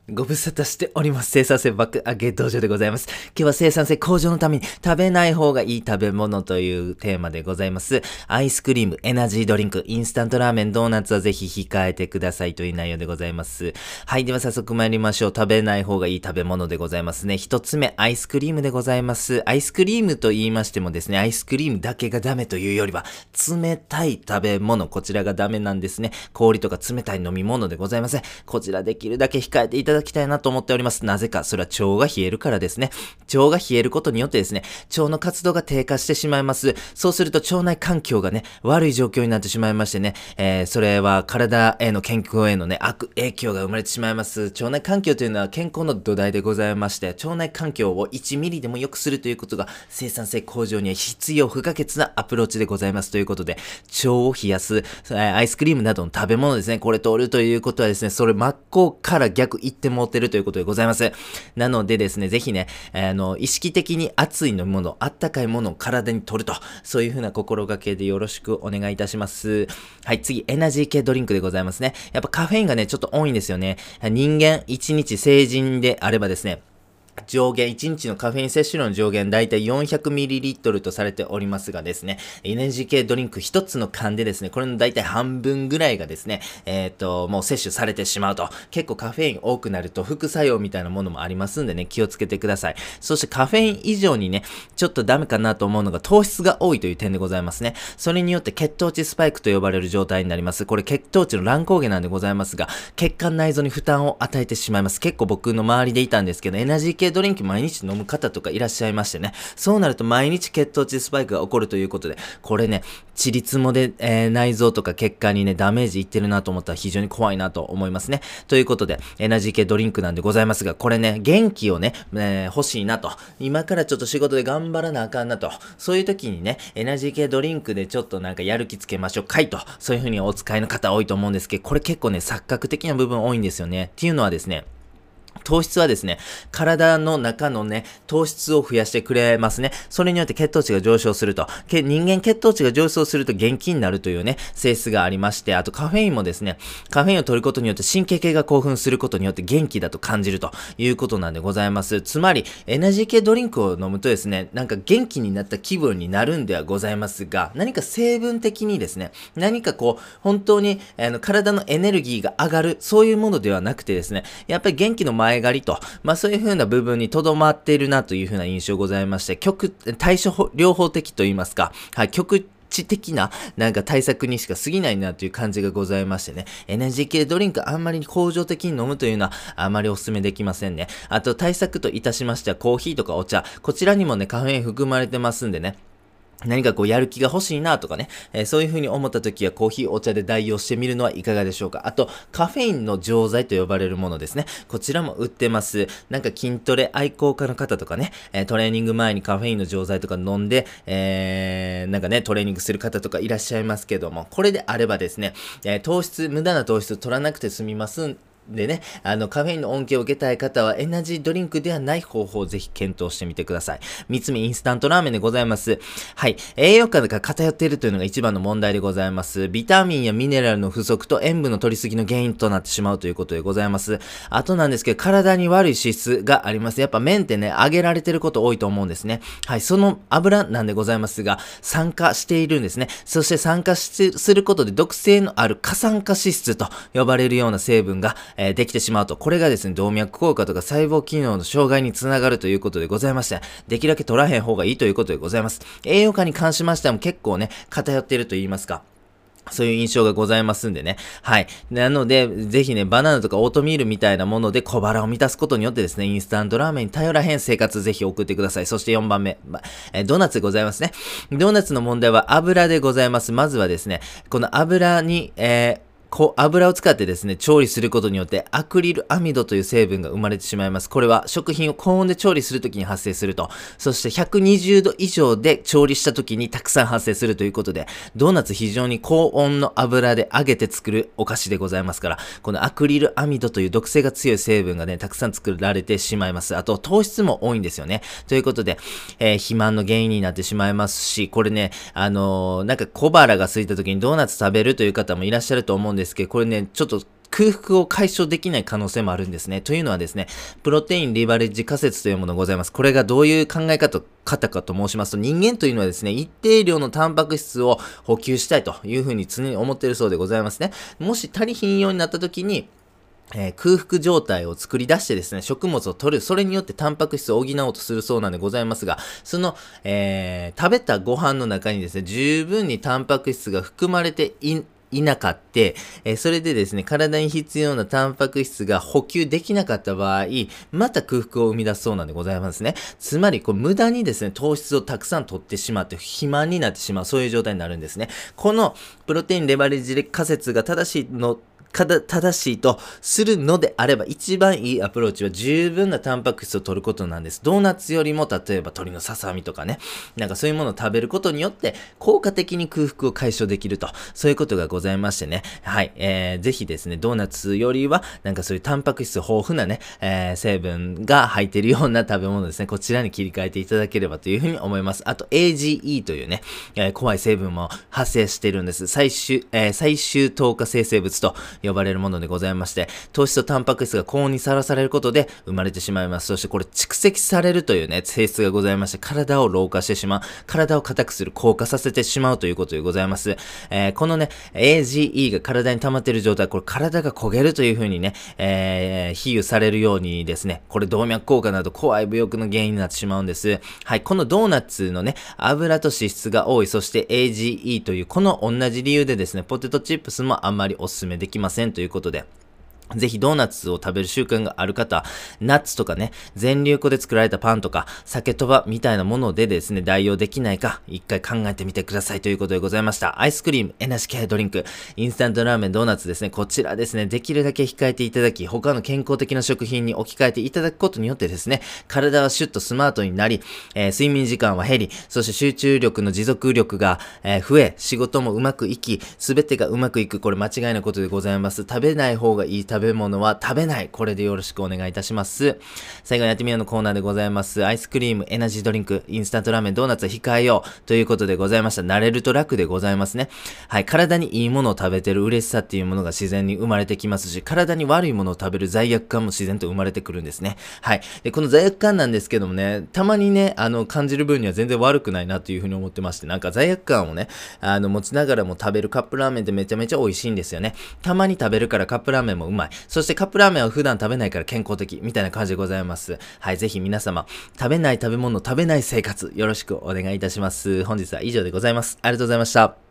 ご無沙汰しております。生産性爆上げ道場でございます。今日は生産性向上のために食べない方がいい食べ物というテーマでございます。アイスクリーム、エナジードリンク、インスタントラーメン、ドーナツはぜひ控えてくださいという内容でございます。はい、では早速参りましょう。食べない方がいい食べ物でございますね。一つ目、アイスクリームでございます。アイスクリームと言いましてもですね、アイスクリームだけがダメというよりは、冷たい食べ物、こちらがダメなんですね。氷とか冷たい飲み物でございません。こちらできるだけ控えていただきたいなと思っております。なぜか、それは腸が冷えるからですね。腸が冷えることによってですね、腸の活動が低下してしまいます。そうすると腸内環境がね、悪い状況になってしまいましてね、それは体への健康へのね、悪影響が生まれてしまいます。腸内環境というのは健康の土台でございまして、腸内環境を1ミリでも良くするということが生産性向上には必要不可欠なアプローチでございますということで、腸を冷やす、アイスクリームなどの食べ物ですね、これ通るということはですね、それ真っ向から逆言ってもってるということでございます。なのでですね、ぜひね、意識的に熱い飲み物、あったかいものを体に取ると、そういう風な心がけでよろしくお願いいたします。はい、次、エナジー系ドリンクでございますね。やっぱカフェインがね、ちょっと多いんですよね。人間1日成人であればですね、上限、1日のカフェイン摂取量の上限、だいたい 400ml とされておりますがですね、エナジー系ドリンク1つの缶でですね、これのだいたい半分ぐらいがですね、もう摂取されてしまうと。結構カフェイン多くなると副作用みたいなものもありますんでね、気をつけてください。そしてカフェイン以上にね、ちょっとダメかなと思うのが糖質が多いという点でございますね。それによって血糖値スパイクと呼ばれる状態になります。これ血糖値の乱高下なんでございますが、血管内臓に負担を与えてしまいます。結構僕の周りでいたんですけど、エナジー系ドリンク毎日飲む方とかいらっしゃいましてね。そうなると毎日血糖値スパイクが起こるということで、これね、チリツモで、内臓とか血管にね、ダメージいってるなと思ったら非常に怖いなと思いますね。ということで、エナジー系ドリンクなんでございますが、これね、元気をね、欲しいなと。今からちょっと仕事で頑張らなあかんなと。そういう時にね、エナジー系ドリンクでちょっとなんかやる気つけましょうかいと。そういう風にお使いの方多いと思うんですけど、これ結構ね、錯覚的な部分多いんですよね。っていうのはですね、糖質はですね、体の中のね、糖質を増やしてくれますね。それによって血糖値が上昇すると。人間血糖値が上昇すると元気になるというね、性質がありまして、あとカフェインもですね、カフェインを取ることによって神経系が興奮することによって元気だと感じるということなんでございます。つまり、エナジー系ドリンクを飲むとですね、なんか元気になった気分になるんではございますが、何か成分的にですね、何かこう、本当に体のエネルギーが上がる、そういうものではなくてですね、やっぱり元気の前借りと、そういう風な部分にとどまっているなという風な印象ございまして、対処療法的と言いますか、はい、局地的ななんか対策にしか過ぎないなという感じがございましてね、エナジー系ドリンクあんまり恒常的に飲むというのはあまりお勧めできませんね。あと対策といたしましてはコーヒーとかお茶、こちらにもねカフェイン含まれてますんでね、何かこうやる気が欲しいなとかね、そういう風に思った時はコーヒーお茶で代用してみるのはいかがでしょうか。あとカフェインの錠剤と呼ばれるものですね、こちらも売ってます。なんか筋トレ愛好家の方とかね、トレーニング前にカフェインの錠剤とか飲んで、なんかねトレーニングする方とかいらっしゃいますけども、これであればですね、無駄な糖質取らなくて済みますでね、カフェインの恩恵を受けたい方はエナジードリンクではない方法をぜひ検討してみてください。三つ目、インスタントラーメンでございます。はい。栄養価が偏っているというのが一番の問題でございます。ビタミンやミネラルの不足と塩分の取りすぎの原因となってしまうということでございます。あとなんですけど、体に悪い脂質があります。やっぱ麺ってね、揚げられてること多いと思うんですね。はい。その油なんでございますが、酸化しているんですね。そして酸化することで毒性のある過酸化脂質と呼ばれるような成分ができてしまうと、これがですね、動脈硬化とか細胞機能の障害につながるということでございまして、できるだけ取らへん方がいいということでございます。栄養価に関しましても結構ね、偏っていると言いますか、そういう印象がございますんでね。はい。なので、ぜひね、バナナとかオートミールみたいなもので小腹を満たすことによってですね、インスタントラーメンに頼らへん生活ぜひ送ってください。そして4番目、ドーナツでございますね。ドーナツの問題は油でございます。まずはですね、この油に、油を使ってですね、調理することによってアクリルアミドという成分が生まれてしまいます。これは食品を高温で調理するときに発生すると。そして120度以上で調理したときにたくさん発生するということで、ドーナツ非常に高温の油で揚げて作るお菓子でございますから、このアクリルアミドという毒性が強い成分がね、たくさん作られてしまいます。あと糖質も多いんですよね。ということで、肥満の原因になってしまいますし、これね、なんか小腹が空いたときにドーナツ食べるという方もいらっしゃると思うんですけど、これね、ちょっと空腹を解消できない可能性もあるんですね。というのはですね、プロテインリバレッジ仮説というものがございます。これがどういう考え方かと申しますと、人間というのはですね、一定量のタンパク質を補給したいというふうに常に思っているそうでございますね。もし足りひんようになった時に、空腹状態を作り出してですね、食物を取る。それによってタンパク質を補おうとするそうなんでございますが、その、食べたご飯の中にですね、十分にタンパク質が含まれていなかった、それでですね、体に必要なタンパク質が補給できなかった場合、また空腹を生み出すそうなんでございますね。つまり、無駄にですね、糖質をたくさん取ってしまって、肥満になってしまう、そういう状態になるんですね。この、プロテインレバレッジ仮説が正しいとするのであれば、一番いいアプローチは十分なタンパク質を取ることなんです。ドーナツよりも、例えば鶏のささみとかね、なんかそういうものを食べることによって、効果的に空腹を解消できると、そういうことがございましてね。はい。ぜひですね、ドーナツよりは、なんかそういうタンパク質豊富なね、成分が入っているような食べ物ですね、こちらに切り替えていただければというふうに思います。あと、AGE というね、怖い成分も発生しているんです。最終糖化生成物と呼ばれるものでございまして、糖質とタンパク質が高温にさらされることで生まれてしまいます。そしてこれ蓄積されるというね、性質がございまして、体を老化してしまう、体を硬くする、硬化させてしまうということでございます。このね、AGE が体に溜まっている状態、これ体が焦げるという風にね、比喩されるようにですね、これ動脈硬化など怖い病気の原因になってしまうんです。はい、このドーナツのね、油と脂質が多い、そして AGE という、この同じ理由でですね、ポテトチップスもあんまりお勧めできませんということで、ぜひドーナツを食べる習慣がある方、ナッツとかね、全粒粉で作られたパンとか、酒とばみたいなものでですね、代用できないか、一回考えてみてくださいということでございました。アイスクリーム、エナジー系ドリンク、インスタントラーメン、ドーナツですね、こちらですね、できるだけ控えていただき、他の健康的な食品に置き換えていただくことによってですね、体はシュッとスマートになり、睡眠時間は減り、そして集中力の持続力が、増え、仕事もうまくいき、すべてがうまくいく、これ間違いないことでございます。食べない方がいい食べ物は食べない。これでよろしくお願いいたします。最後にやってみようのコーナーでございます。アイスクリーム、エナジードリンク、インスタントラーメン、ドーナツは控えようということでございました。慣れると楽でございますね。はい。体にいいものを食べてる嬉しさっていうものが自然に生まれてきますし、体に悪いものを食べる罪悪感も自然と生まれてくるんですね。はい。で、この罪悪感なんですけどもね、たまにね、感じる分には全然悪くないなというふうに思ってまして、なんか罪悪感をね、持ちながらも食べるカップラーメンってめちゃめちゃ美味しいんですよね。たまに食べるからカップラーメンもうまい。そしてカップラーメンは普段食べないから健康的みたいな感じでございます。はい、ぜひ皆様、食べない食べ物、食べない生活、よろしくお願いいたします。本日は以上でございます。ありがとうございました。